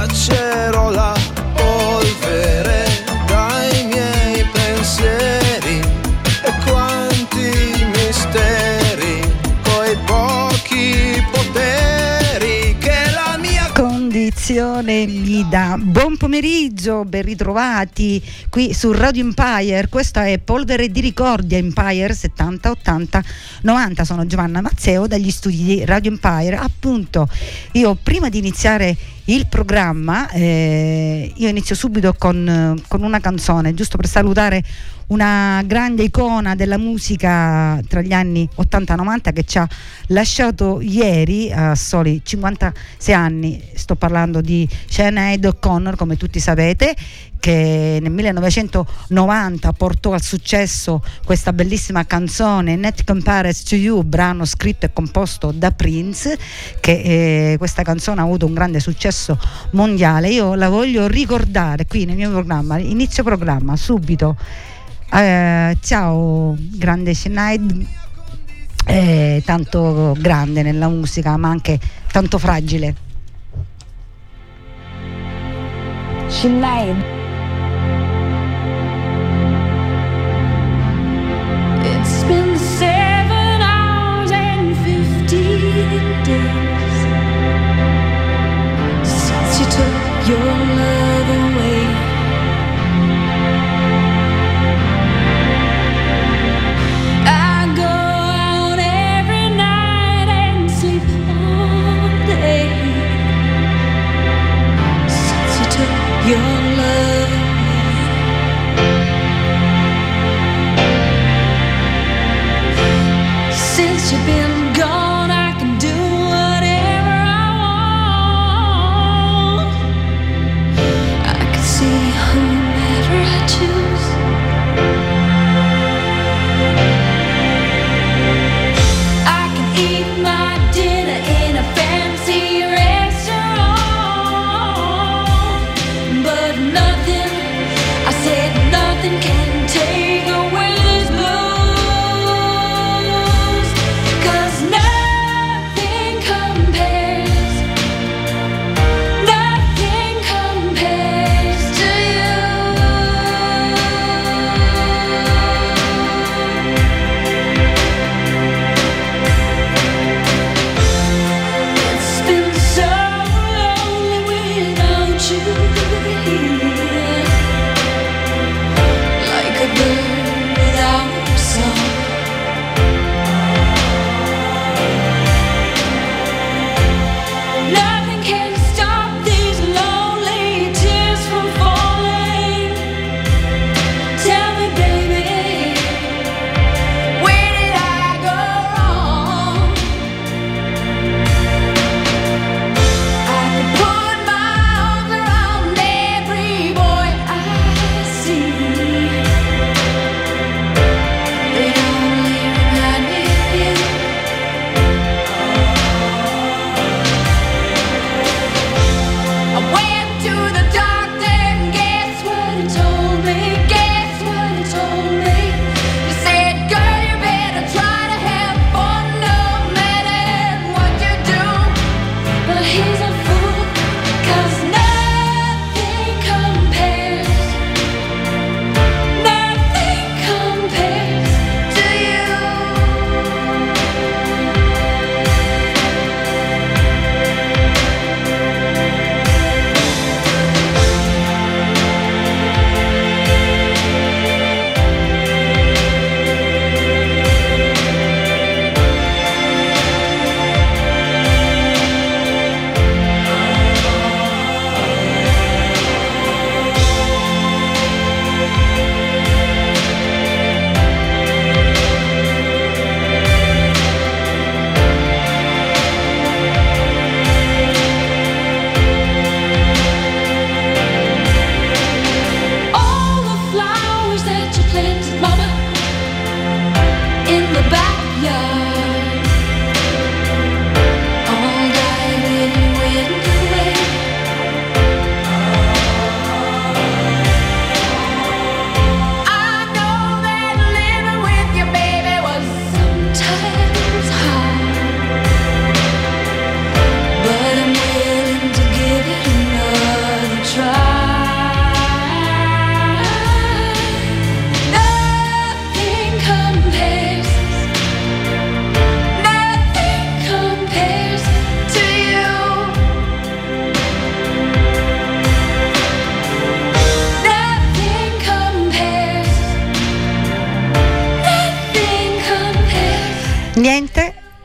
caccerò la polvere dai miei pensieri e quanti misteri coi pochi poteri che la mia condizione mi dà. Buon pomeriggio, ben ritrovati qui su Radio Empire. Questa è Polvere di Ricordi Empire 70 80 90. Sono Giovanna Mazzeo dagli studi di Radio Empire. Appunto, io prima di iniziare il programma io inizio subito con una canzone, giusto per salutare una grande icona della musica tra gli anni 80-90 che ci ha lasciato ieri a soli 56 anni. Sto parlando di Sinead O'Connor, come tutti sapete, che nel 1990 portò al successo questa bellissima canzone Nothing Compares to You, brano scritto e composto da Prince, che questa canzone ha avuto un grande successo mondiale. Io la voglio ricordare qui nel mio programma, inizio programma subito. Ciao grande Sinead, tanto grande nella musica ma anche tanto fragile. Sinead. It's been 7 hours and 15 days since you took your love away. I go out every night and sleep all day since you took your love away. Since you've been gone, I can do whatever I want. I can see whomever I choose. I can eat my dinner in a fancy restaurant, but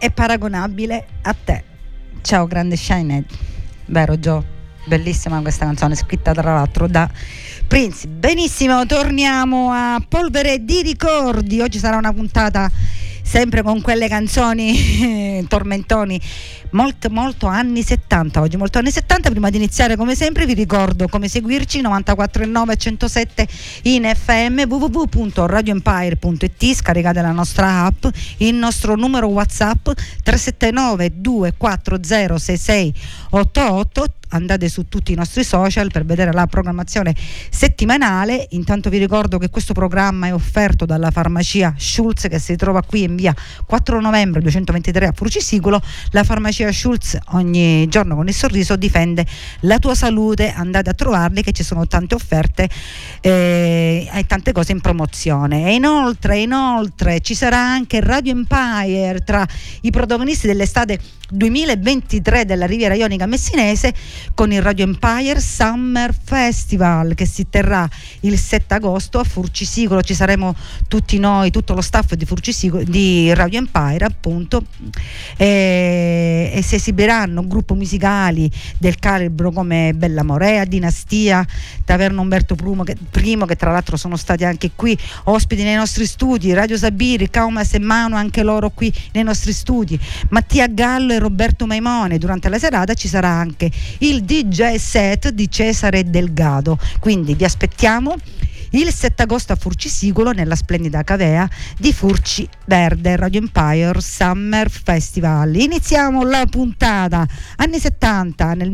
è paragonabile a te. Ciao grande Shined, vero Gio? Bellissima questa canzone, scritta tra l'altro da Prince. Benissimo, torniamo a Polvere di ricordi. Oggi sarà una puntata sempre con quelle canzoni tormentoni, molto anni 70. Oggi molto anni 70. Prima di iniziare, come sempre, vi ricordo come seguirci: 94.9 e 107 in FM, www.radioempire.it. scaricate la nostra app, il nostro numero WhatsApp 379 240 6688. Andate su tutti i nostri social per vedere la programmazione settimanale. Intanto vi ricordo che questo programma è offerto dalla farmacia Schulz, che si trova qui in via 4 novembre 223 a Furcisicolo. La farmacia Schulz ogni giorno con il sorriso difende la tua salute. Andate a trovarli, che ci sono tante offerte e tante cose in promozione. E inoltre ci sarà anche Radio Empire tra i protagonisti dell'estate 2023 della Riviera Ionica Messinese, con il Radio Empire Summer Festival, che si terrà il 7 agosto a Furcisicolo. Ci saremo tutti noi, tutto lo staff di Furcisicolo, di Radio Empire appunto, e si esibiranno gruppi musicali del calibro come Bella Morea, Dinastia, Taverna Umberto I, che tra l'altro sono stati anche qui ospiti nei nostri studi, Radio Sabiri, Kaumas e Mano, anche loro qui nei nostri studi, Mattia Gallo e Roberto Maimone. Durante la serata ci sarà anche il DJ set di Cesare Delgado, quindi vi aspettiamo il 7 agosto a Furcisicolo, nella splendida cavea di Furci Verde. Radio Empire Summer Festival. Iniziamo la puntata anni 70. Nel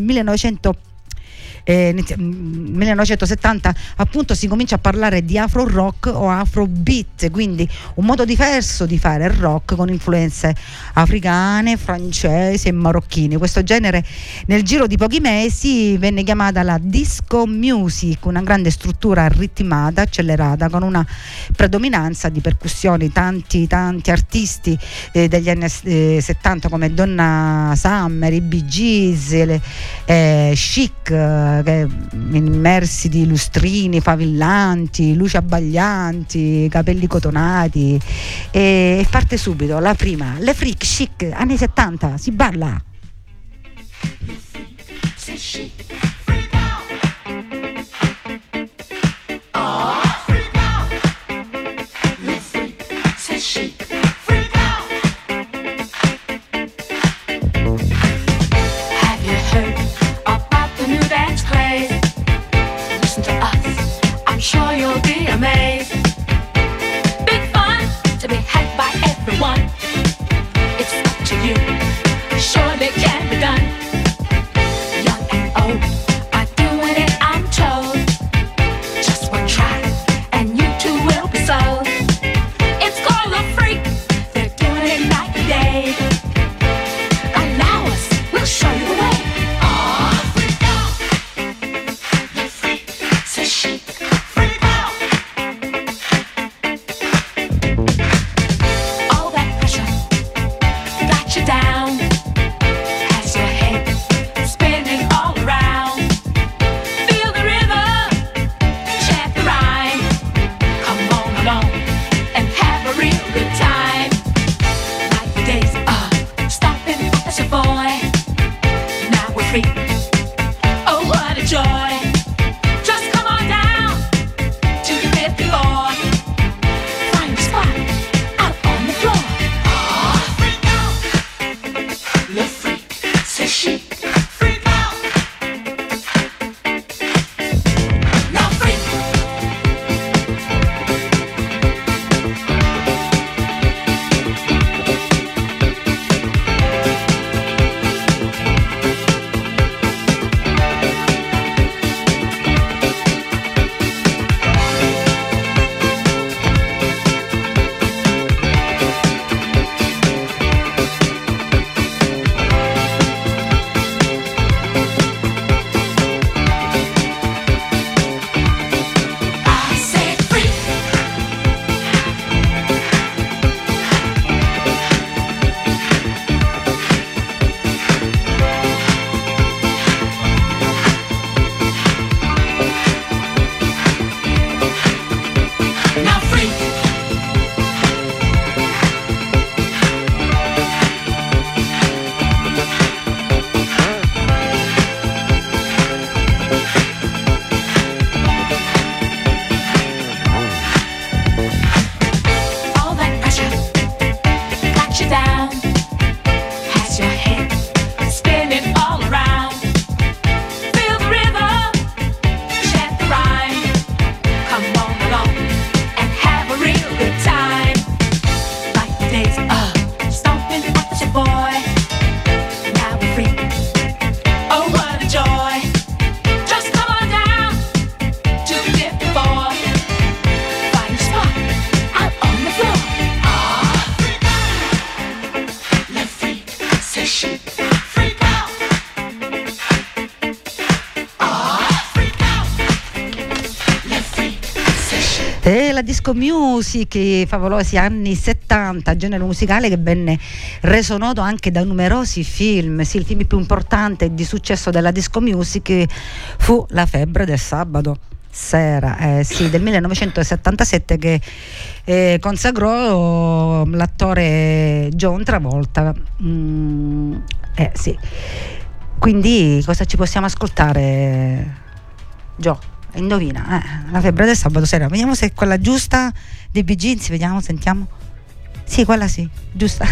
1970 appunto si comincia a parlare di afro rock o afro beat, quindi un modo diverso di fare il rock con influenze africane, francesi e marocchine. Questo genere nel giro di pochi mesi venne chiamata la disco music, una grande struttura ritmata, accelerata, con una predominanza di percussioni. Tanti artisti degli anni 70 come Donna Summer, i Bee Gees, Chic, immersi di lustrini favillanti, luci abbaglianti, capelli cotonati, e parte subito la prima, le freak chic anni 70, si balla. Sure you'll be amazed. Big fun to be had by everyone. It's up to you. Surely can be done. Young and old. E la disco music, i favolosi anni 70, genere musicale che venne reso noto anche da numerosi film. Sì, il film più importante di successo della disco music fu La febbre del sabato sera, sì, del 1977, che consacrò l'attore John Travolta. Sì. Quindi cosa ci possiamo ascoltare, Gio? Indovina, La febbre del sabato sera. Vediamo se è quella giusta dei Bee Gees, vediamo, sentiamo. Sì, quella sì, giusta.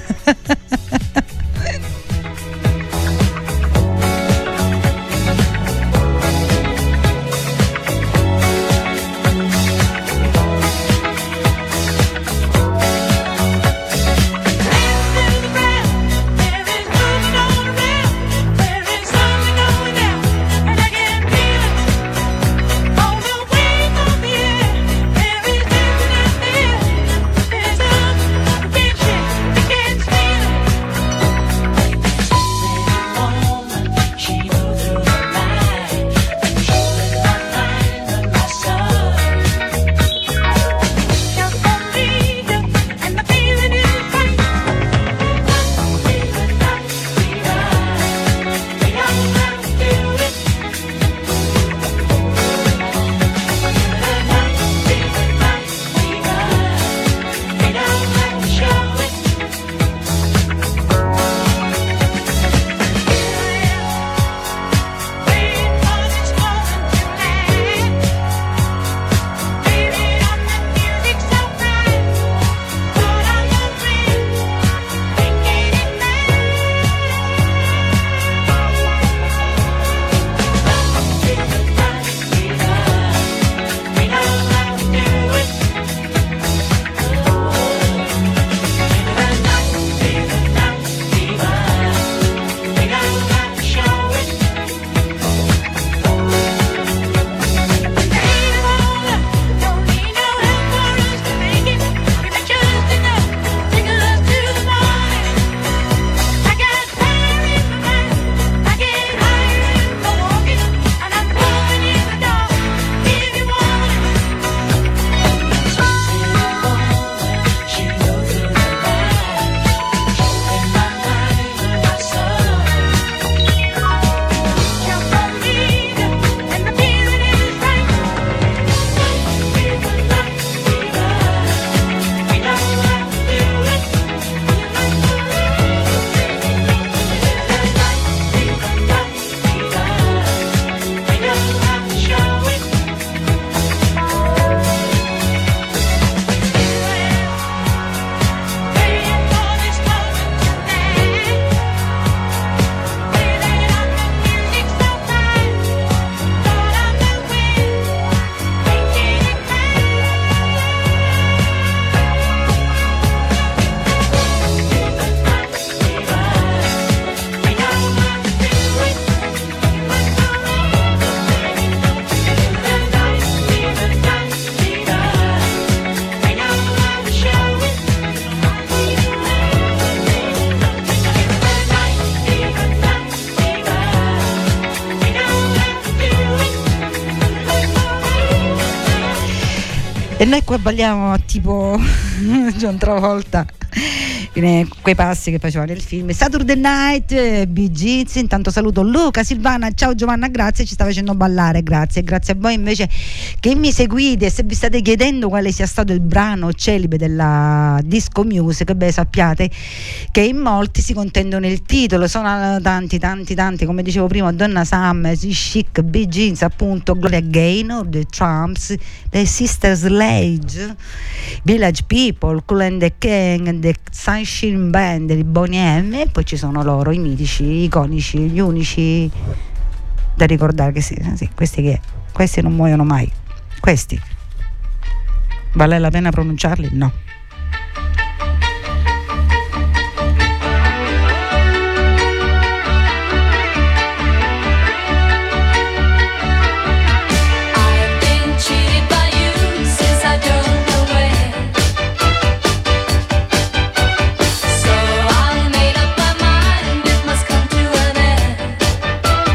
E noi qua balliamo tipo John Travolta, quei passi che faceva nel film Saturday Night, Bee Gees. Intanto saluto Luca, Silvana, ciao Giovanna, grazie, ci sta facendo ballare, grazie a voi invece che mi seguite. Se vi state chiedendo quale sia stato il brano celebre della disco music, beh, sappiate che in molti si contendono il titolo, sono tanti, come dicevo prima, Donna Summer, Chic, Bee Gees, appunto, Gloria Gaynor, The Trumps, The Sister Sledge, Village People, Kool and the Gang, The Sunshine Band, i Boney M, e poi ci sono loro, i mitici, gli iconici, gli unici da ricordare, che sì, questi non muoiono mai. Questi vale la pena pronunciarli? No.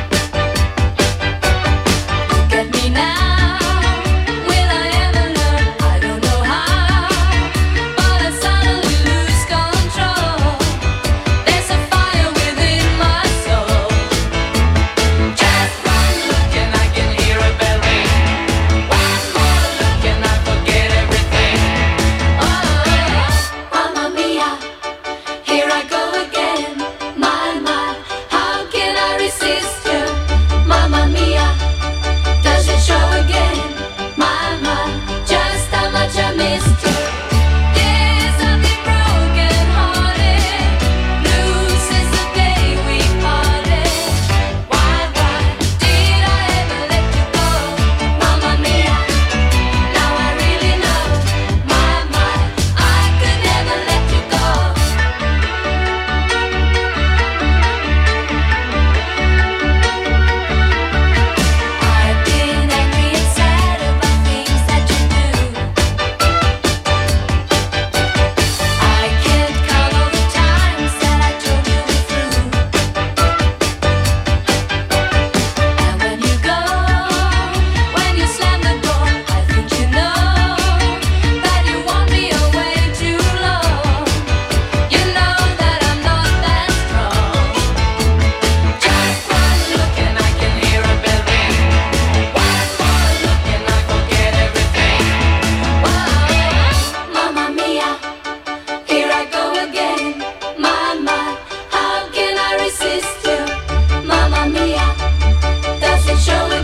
Get me now, will I ever learn?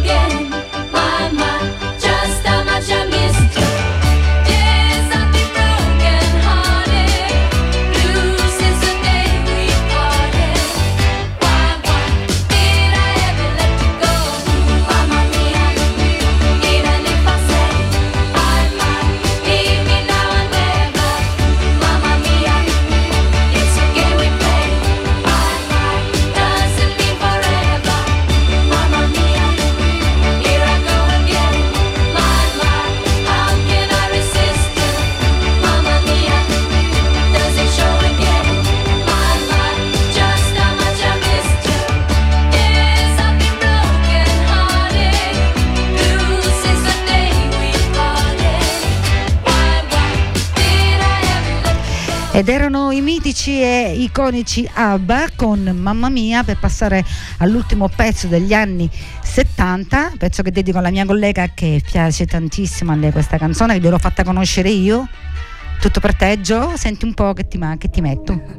again. My, my, just how much I missed you. Yes, I've been broken hearted, blue since the day we parted. Why did I ever let you go? Mamma mia, even if I say I might, leave me now and never. Mamma mia, it's a game we play. Doesn't mean forever. Mamma mia, here I go again. How can I resist you? Mamma mia, does it show again? Just how much I missed you. Yes, I've been broken hearted, blue since the day we parted. Why did I ever let you go? Ed erano i mitici e iconici ABBA con Mamma Mia, per passare all'ultimo pezzo degli anni 70, pezzo che dedico alla mia collega che piace tantissimo a lei questa canzone, che gliel'ho fatta conoscere io. Tutto per te, Gio, senti un po' che ti metto.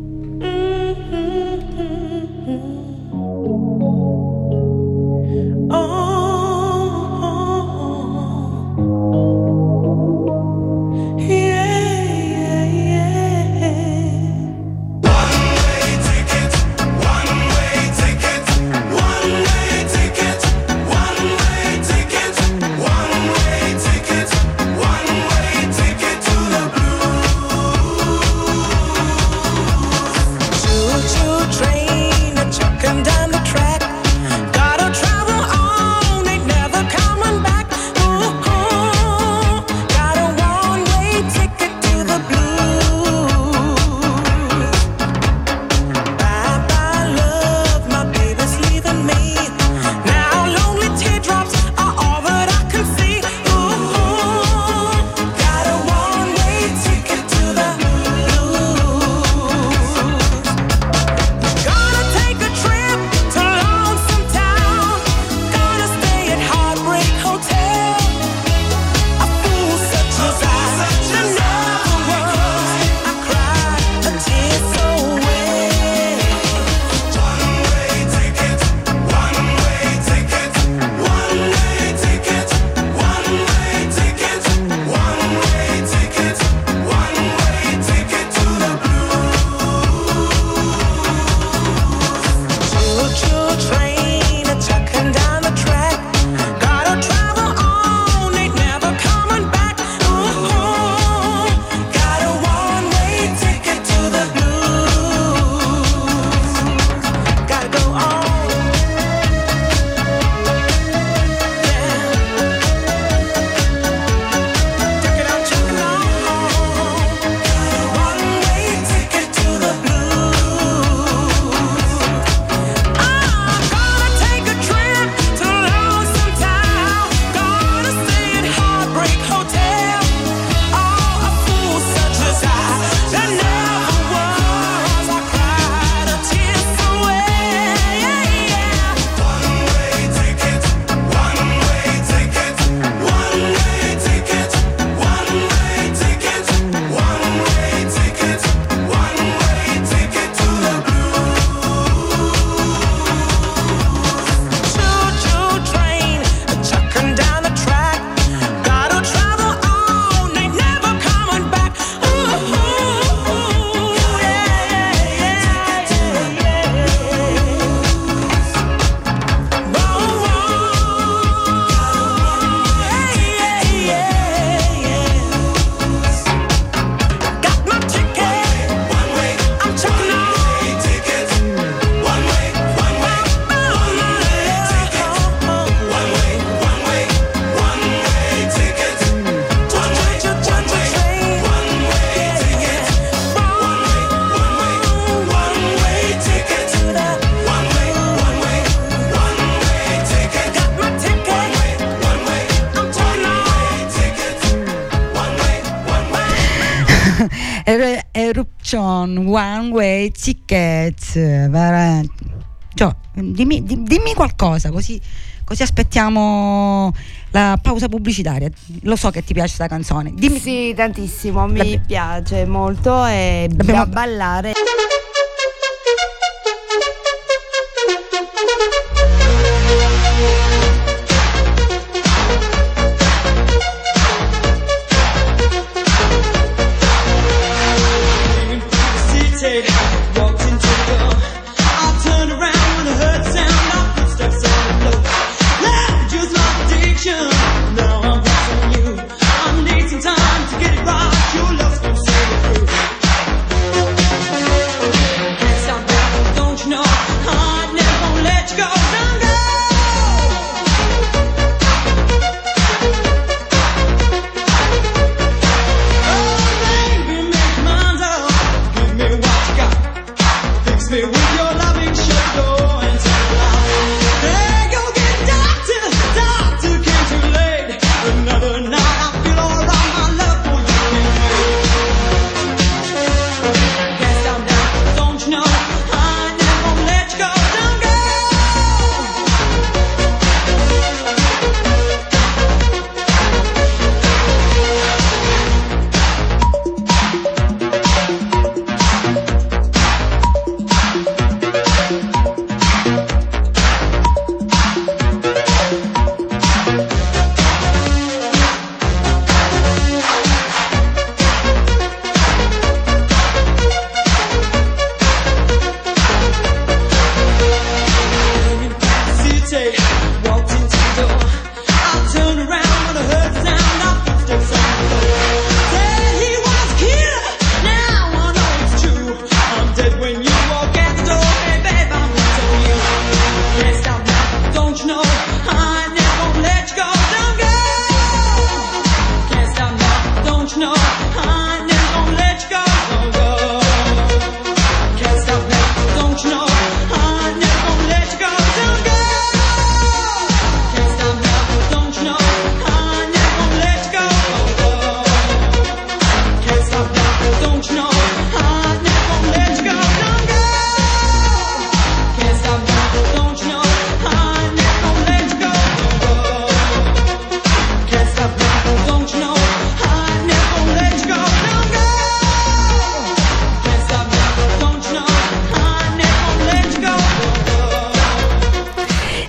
Eruption One Way Tickets. Cioè, dimmi qualcosa, così aspettiamo la pausa pubblicitaria. Lo so che ti piace questa canzone. Dimmi. Sì, tantissimo, mi piace molto e da ballare.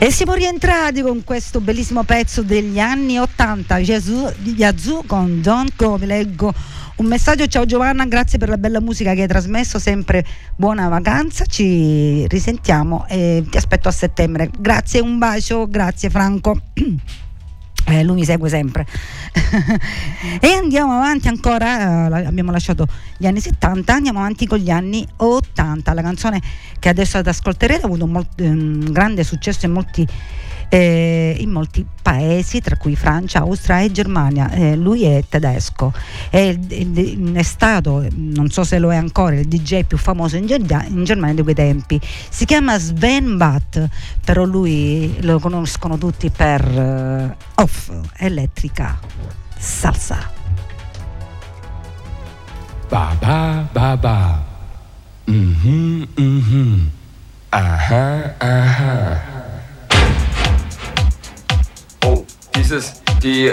E siamo rientrati con questo bellissimo pezzo degli anni 80, Yazoo con Don't Go. Vi leggo un messaggio: ciao Giovanna, grazie per la bella musica che hai trasmesso, sempre buona vacanza, ci risentiamo e ti aspetto a settembre. Grazie, un bacio, grazie Franco. Lui mi segue sempre. E andiamo avanti ancora, abbiamo lasciato gli anni 70, andiamo avanti con gli anni 80. La canzone che adesso ascolterete ha avuto un grande successo in molti paesi, tra cui Francia, Austria e Germania. Lui è tedesco, è stato, non so se lo è ancora, il DJ più famoso in Germania di quei tempi. Si chiama Sven Bath, però lui lo conoscono tutti per Off, Elettrica Salsa. Ba ba ba ba. Mhm mhm. Aha aha. Oh, die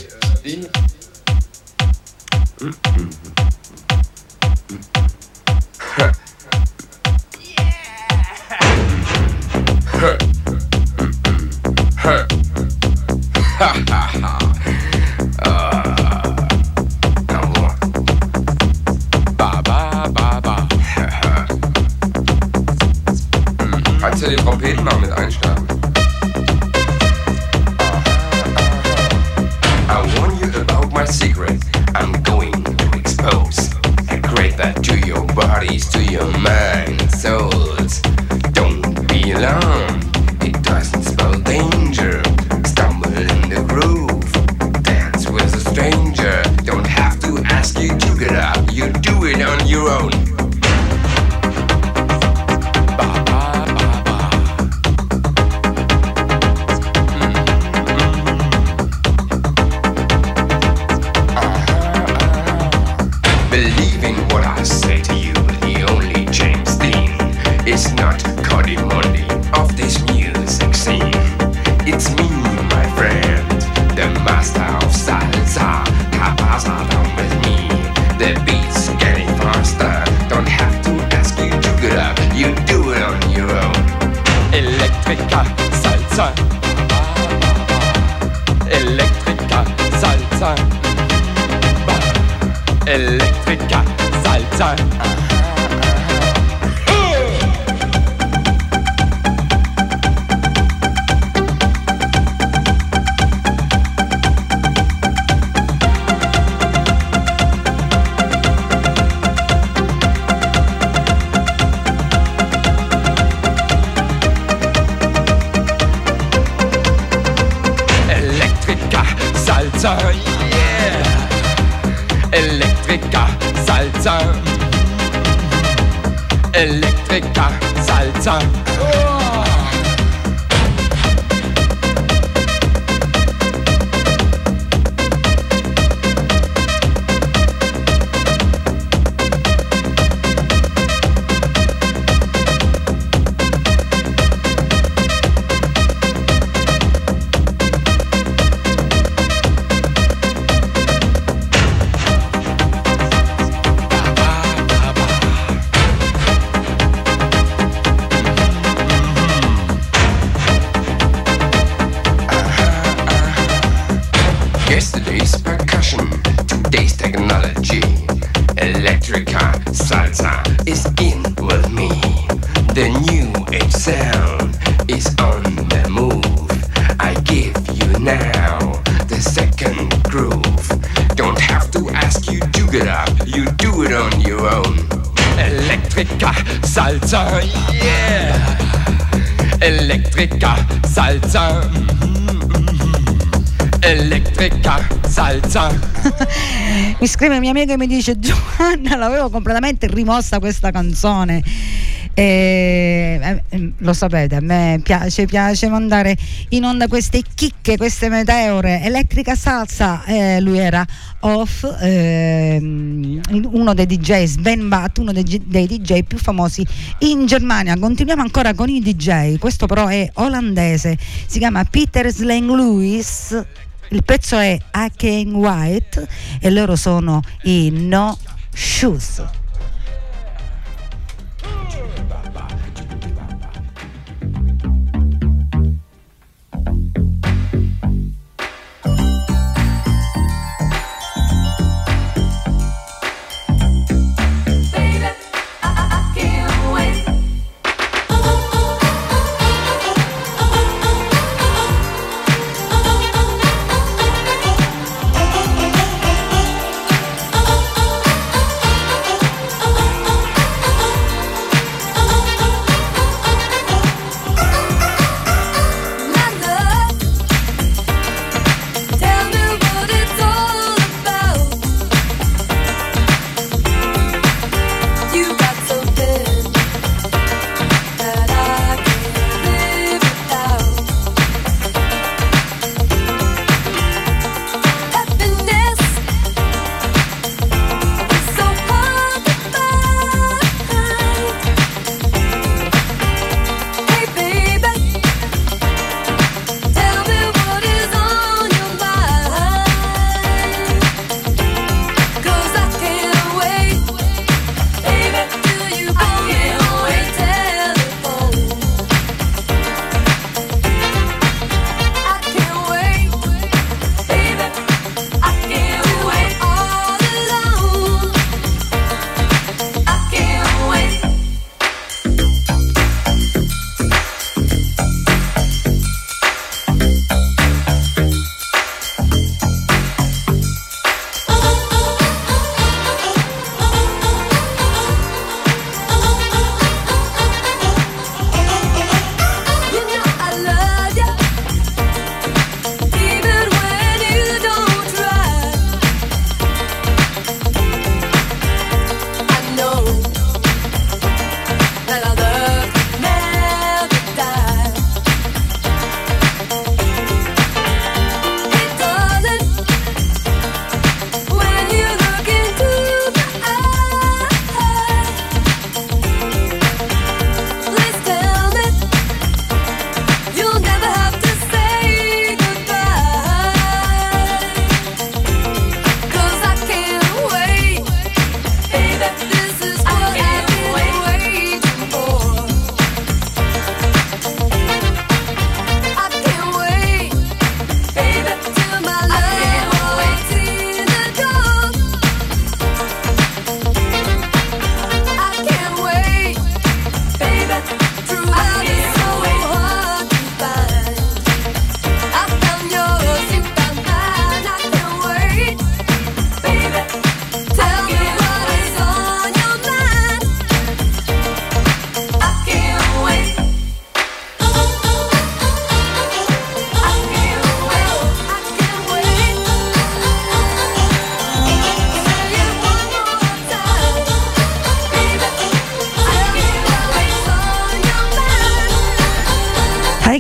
Kannst du die Trompeten mal mit einstarten? I warn you about my secret. I'm going to expose. I create that to your bodies, to your mind and souls. Don't be alarmed. It doesn't spell danger. Stumble in the groove. Dance with a stranger. Don't have to ask you to get up. You do it on your own. It's not Cody Monday of this music scene. It's me, my friend, the master of salsa. Capasa down with me. The beat's getting faster. Don't have to ask you to get up. You do it on your own. Electrica salsa. Electrica salsa. Electrica salsa. Yeah! Electrica salsa. Electrica salsa. Yesterday's percussion, today's technology. Electrica salsa is in with me. The new age sound is on the move. I give you now the second groove. Don't have to ask you to get up, you do it on your own. Electrica salsa, yeah! Electrica salsa. Elettrica salsa. Mi scrive mia amica e mi dice: Giovanna, l'avevo completamente rimossa questa canzone. Lo sapete, a me piace mandare in onda queste chicche, queste meteore. Elettrica salsa, lui era Off, uno dei DJ, Sven Bath, uno dei DJ più famosi in Germania. Continuiamo ancora con i DJ, questo però è olandese, si chiama Peter Slang Lewis. Il pezzo è Aken White e loro sono i No Shoes.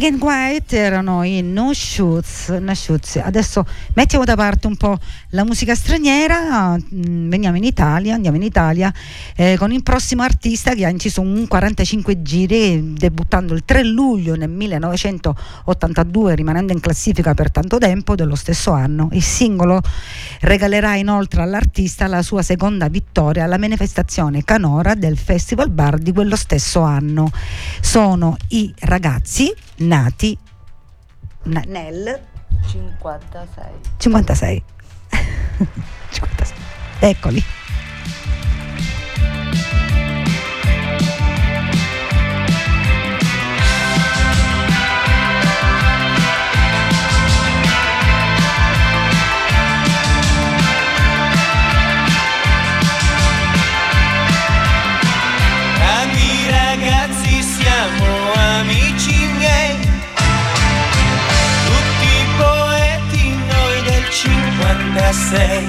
Black and White erano i No Shoots. Adesso mettiamo da parte un po' la musica straniera, andiamo in Italia con il prossimo artista che ha inciso un 45 giri, debuttando il 3 luglio nel 1982, rimanendo in classifica per tanto tempo dello stesso anno. Il singolo regalerà inoltre all'artista la sua seconda vittoria alla manifestazione canora del Festival Bar di quello stesso anno. Sono i ragazzi nati nel 56. Eccoli. Siamo amici miei, tutti poeti noi del 56,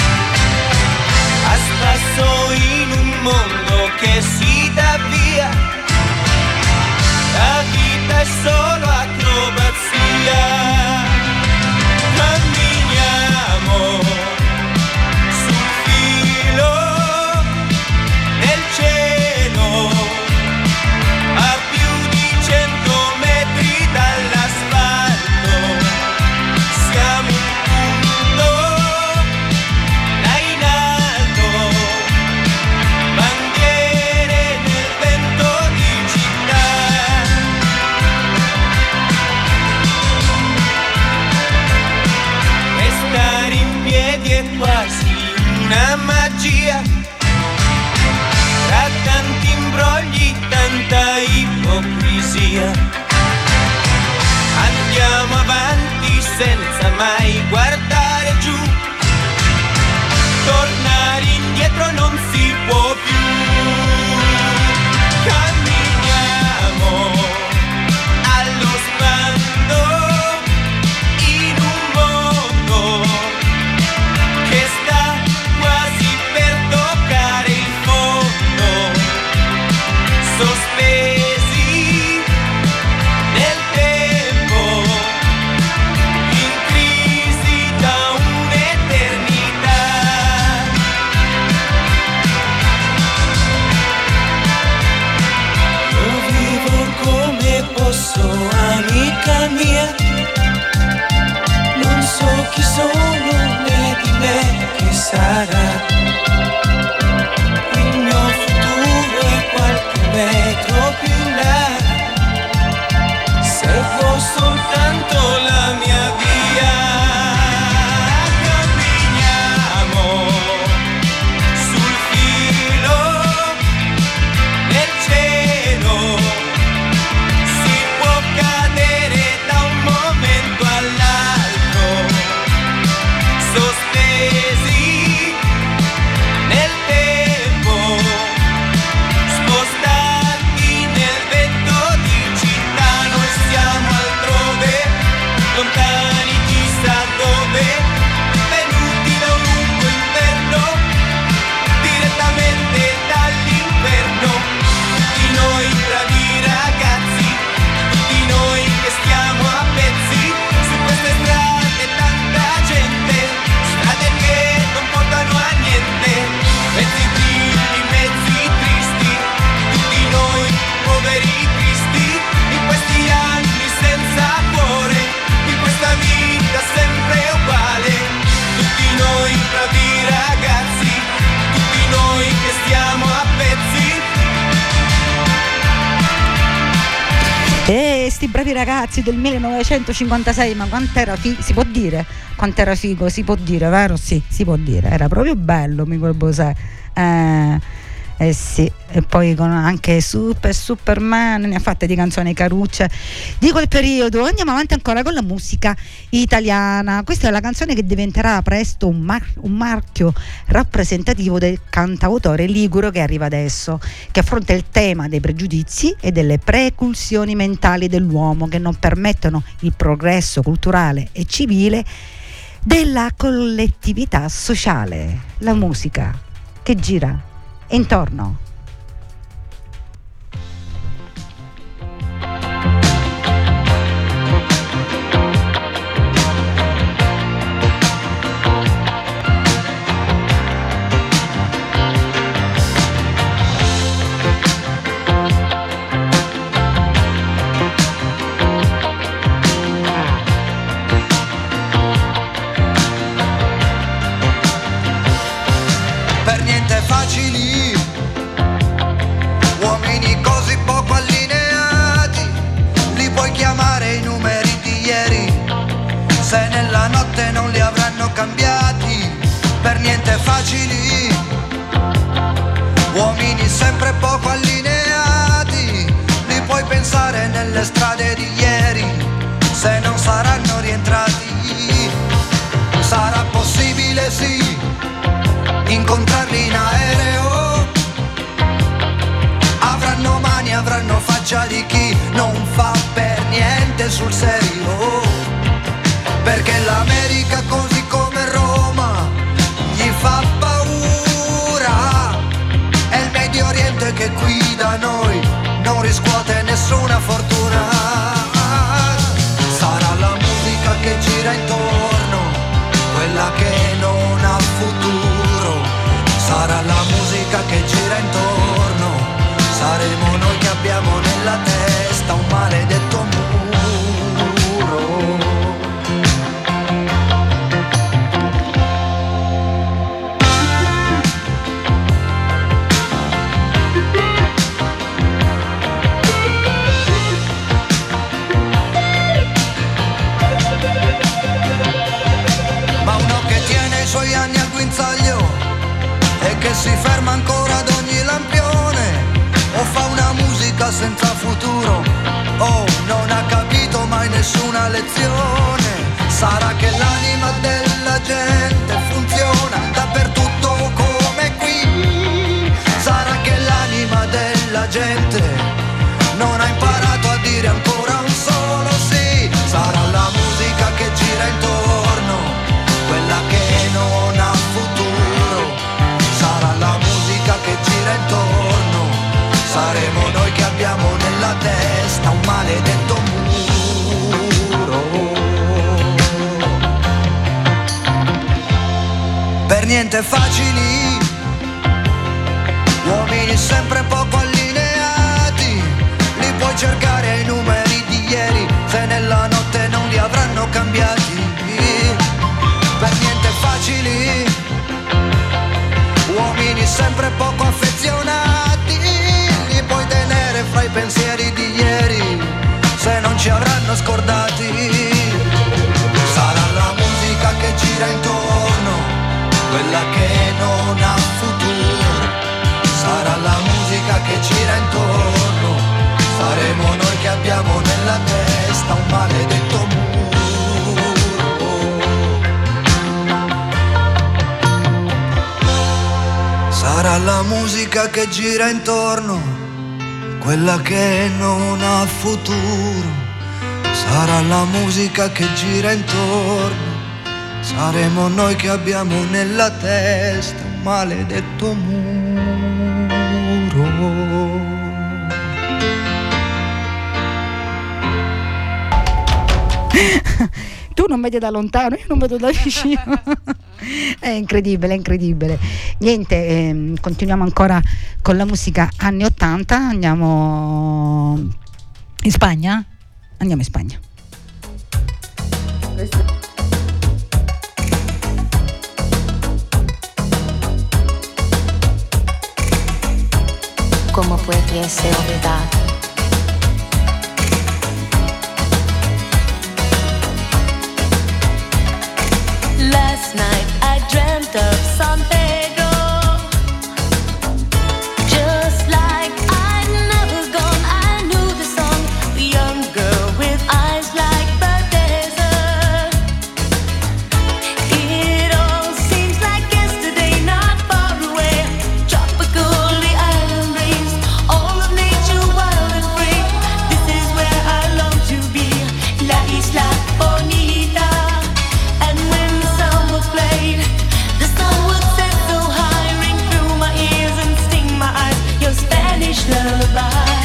a spasso in un mondo che si dà via, la vita è solo acrobazia, camminiamo sul filo del cielo. Quasi una magia, tra tanti imbrogli, tanta ipocrisia. Andiamo avanti senza mai guardare giù, tornare indietro non si può più. Camminiamo allo sbando in un mondo che sta quasi per toccare il fondo, sospesi nel tempo, in crisi da un'eternità. Io vivo come posso, amica mia, non so chi sono né di me che sarà. Il mio futuro è qualche metro più in là. Seguo soltanto la mia via. Camminiamo sul filo del cielo. Si può cadere da un momento all'altro, sospesi nel tempo, spostati nel vento di città. Noi siamo altrove, lontani chissà dove, venuti da un lungo inverno, direttamente dall'inferno. Tutti noi bravi ragazzi, tutti noi che stiamo a pezzi su queste strade, tanta gente, strade che non portano a niente, mezzi tristi, mezzi tristi, tutti noi poveri tristi, in questi anni senza cuore, in questa vita sempre uguale. Tutti noi bravi ragazzi, tutti noi che stiamo a pezzi. E sti bravi ragazzi del 1956, ma quant'era si può dire? Quant'era figo, si può dire, vero? Sì, si può dire, era proprio bello, mi quel Bosè. Sì, e poi con anche Superman, ne ha fatte di canzoni carucce di quel periodo. Andiamo avanti ancora con la musica italiana. Questa è la canzone che diventerà presto un marchio rappresentativo del cantautore ligure che arriva adesso, che affronta il tema dei pregiudizi e delle preclusioni mentali dell'uomo che non permettono il progresso culturale e civile della collettività sociale. La musica che gira intorno. nella notte non li avranno cambiati per niente facili. Uomini sempre poco allineati, li puoi pensare nelle strade di ieri, se non saranno rientrati. Sarà possibile sì incontrarli in aereo, avranno mani, avranno faccia di chi non fa per niente sul serio, perché l'America così come Roma gli fa paura, è il Medio Oriente che qui da noi non riscuote nessuna fortuna. Sarà la musica che gira intorno, quella che non ha futuro, sarà la musica che gira intorno, saremo noi che abbiamo nella testa un maledetto muro. Ma uno che tiene i suoi anni al guinzaglio e che si ferma ancora ad ogni lampione, o fa una musica senza futuro, o non ha capito mai nessuna lezione. Sarà che l'anima della gente funziona dappertutto come qui, sarà che l'anima della gente non ha imparato a dire ancora un solo sì. Sarà la musica che gira intorno, quella che non ha futuro, sarà la musica che gira intorno, saremo noi che abbiamo nella testa un maledetto muro. Per niente facili, uomini sempre poco allineati, li puoi cercare ai numeri di ieri, se nella notte non li avranno cambiati. Per niente facili, uomini sempre poco affezionati, li puoi tenere fra i pensieri di ieri, se non ci avranno scordati. Sarà la musica che gira intorno, quella che non ha futuro, sarà la musica che gira intorno, saremo noi che abbiamo nella testa un maledetto muro. Sarà la musica che gira intorno, quella che non ha futuro, sarà la musica che gira intorno, saremo noi che abbiamo nella testa un maledetto muro. Tu non vedi da lontano, io non vedo da vicino. È incredibile, è incredibile. Niente, continuiamo ancora con la musica anni 80. Andiamo in Spagna? Andiamo in Spagna. ¿Cómo pudiese olvidar? Last night I dreamt of San Pedro, just like I'd never gone. I knew the song, the young girl with eyes like the desert. It all seems like yesterday, not far away. Tropical, the island breeze, all of nature wild and free. This is where I long to be, La Isla Bonita. And when the sun was played, the sun would set so high, ring through my ears and sting my eyes, your Spanish lullaby.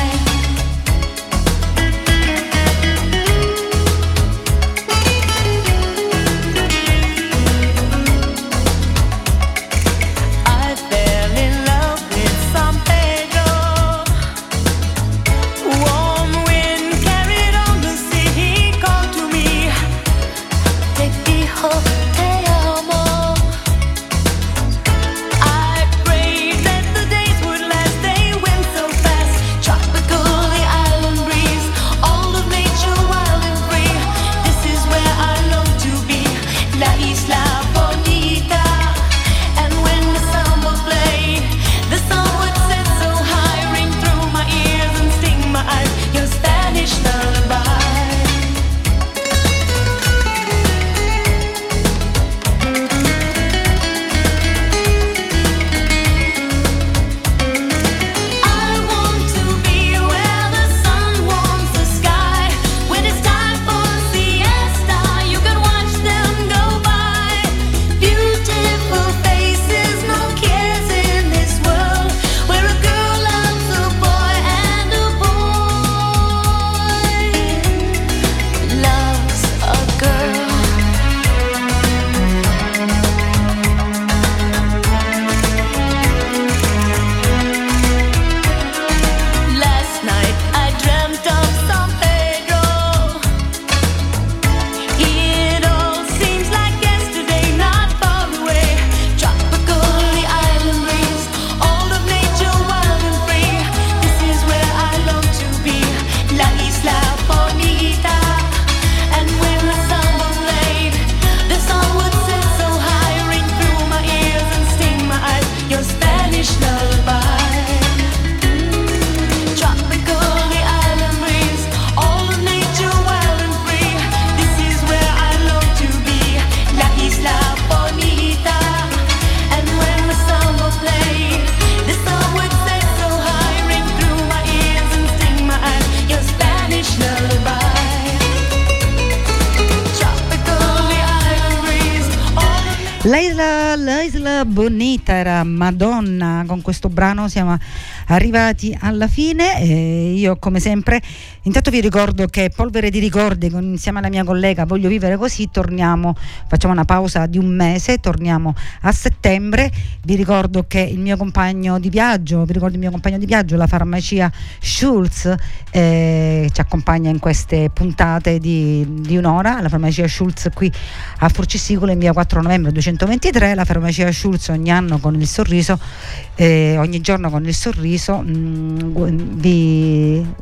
I fell in love with San Pedro. Warm wind carried on the sea, he called to me, te dijo te amo. I prayed that the days would last, they went so fast. Tropical, the island breeze, all of nature wild and free. This is where I long to be, L'Isla Bonita era Madonna. Con questo brano siamo arrivati alla fine. Io come sempre intanto vi ricordo che Polvere di Ricordi insieme alla mia collega Voglio Vivere Così torniamo, facciamo una pausa di un mese, torniamo a settembre. Vi ricordo che il mio compagno di viaggio, la farmacia Schulz, ci accompagna in queste puntate di un'ora. La farmacia Schulz qui a Forcisicolo in via 4 novembre 223. La farmacia Schulz ogni anno con il sorriso, ogni giorno con il sorriso vi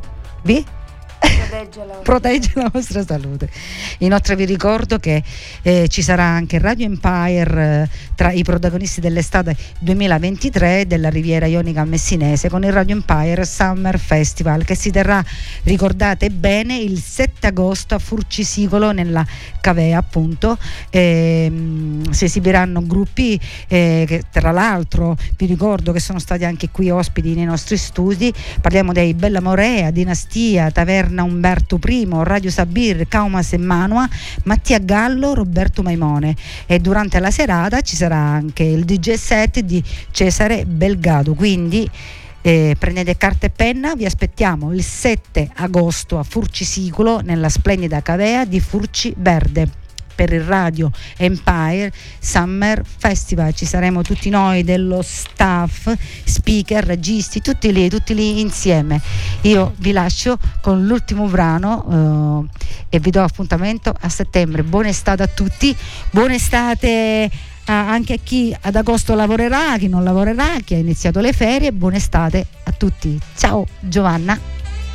protegge la vostra salute. Inoltre vi ricordo che ci sarà anche Radio Empire tra i protagonisti dell'estate 2023 della Riviera Ionica Messinese, con il Radio Empire Summer Festival, che si terrà, ricordate bene, il 7 agosto a Furcisicolo nella Cavea, appunto. Si esibiranno gruppi che tra l'altro vi ricordo che sono stati anche qui ospiti nei nostri studi. Parliamo dei Bella Morea, Dinastia, Taverna Umberto I, Radio Sabir, Kaumas e Manua, Mattia Gallo, Roberto Maimone. E durante la serata ci sarà anche il DJ set di Cesare Belgado, quindi prendete carta e penna, vi aspettiamo il 7 agosto a Furcisicolo nella splendida Cavea di Furci Verde per il Radio Empire Summer Festival. Ci saremo tutti noi dello staff, speaker, registi, tutti lì insieme. Io vi lascio con l'ultimo brano e vi do appuntamento a settembre. Buona estate a tutti, buona estate anche a chi ad agosto lavorerà, a chi non lavorerà, chi ha iniziato le ferie. Buona estate a tutti. Ciao Giovanna.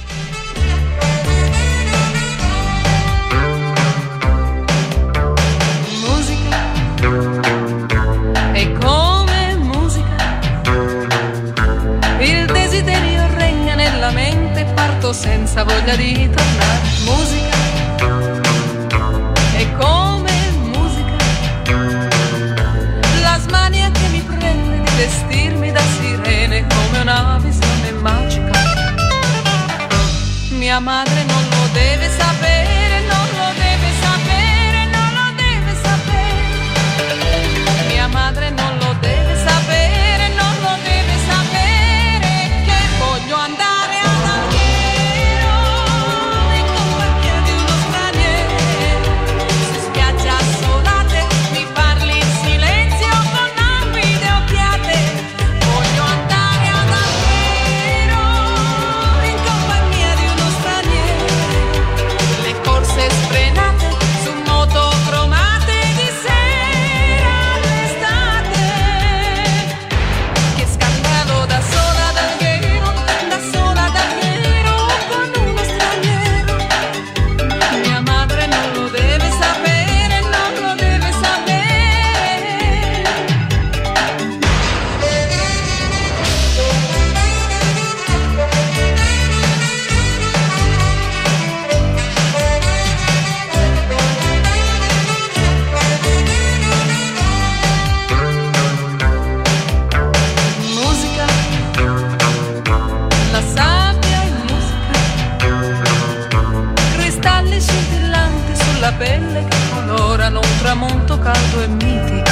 E come musica il desiderio regna nella mente, parto senza voglia di tornare. Musica, e come musica la smania che mi prende di vestirmi da sirene, come una visione magica. Mia madre non lo deve sapere, non lo deve sapere, non lo deve sapere. Mia madre non lo deve sapere, non lo deve sapere, che voglio andare ad Alghero in compagnia di uno straniero. Su spiagge assolate mi parli in silenzio con languide occhiate. Voglio andare ad Alghero in compagnia di uno straniero. Le corse sfrenate su moto cromate di sera all'estate. Che scandalo, da sola ad Alghero, da sola ad Alghero con uno straniero. Mia madre non lo deve sapere, non lo deve sapere. Musica, la sabbia è musica, cristalli scintillanti sulla pelle che colorano un tramonto caldo e mitico.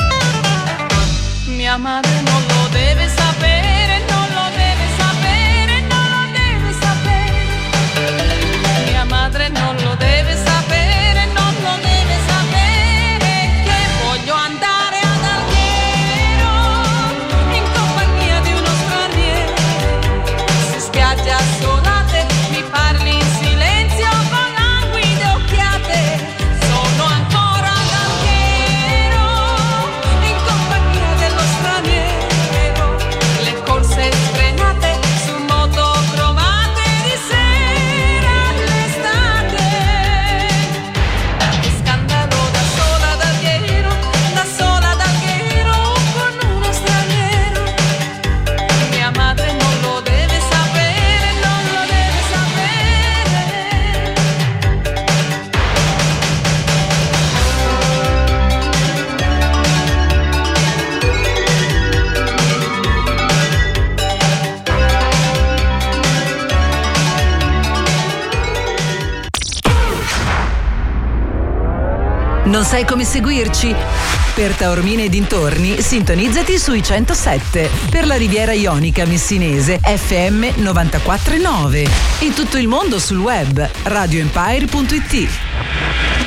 Mia madre non lo deve sapere, non lo deve sapere, non lo deve sapere. Mia madre non lo deve sapere, non lo deve sapere, che voglio andare ad Alghero in compagnia di uno straniero. Su spiagge assolate mi parli in silenzio con languide occhiate. Sono ancora ad Alghero in compagnia dello straniero. Le corse sfrenate su moto cromate di sera all'estate. Che scandalo, da sola ad Alghero, da sola ad Alghero con uno straniero. Mia madre non lo deve sapere, non lo deve sapere. Non sai come seguirci? Per Taormina e dintorni sintonizzati sui 107. Per la Riviera Ionica Messinese FM 94.9. In tutto il mondo sul web radioempire.it.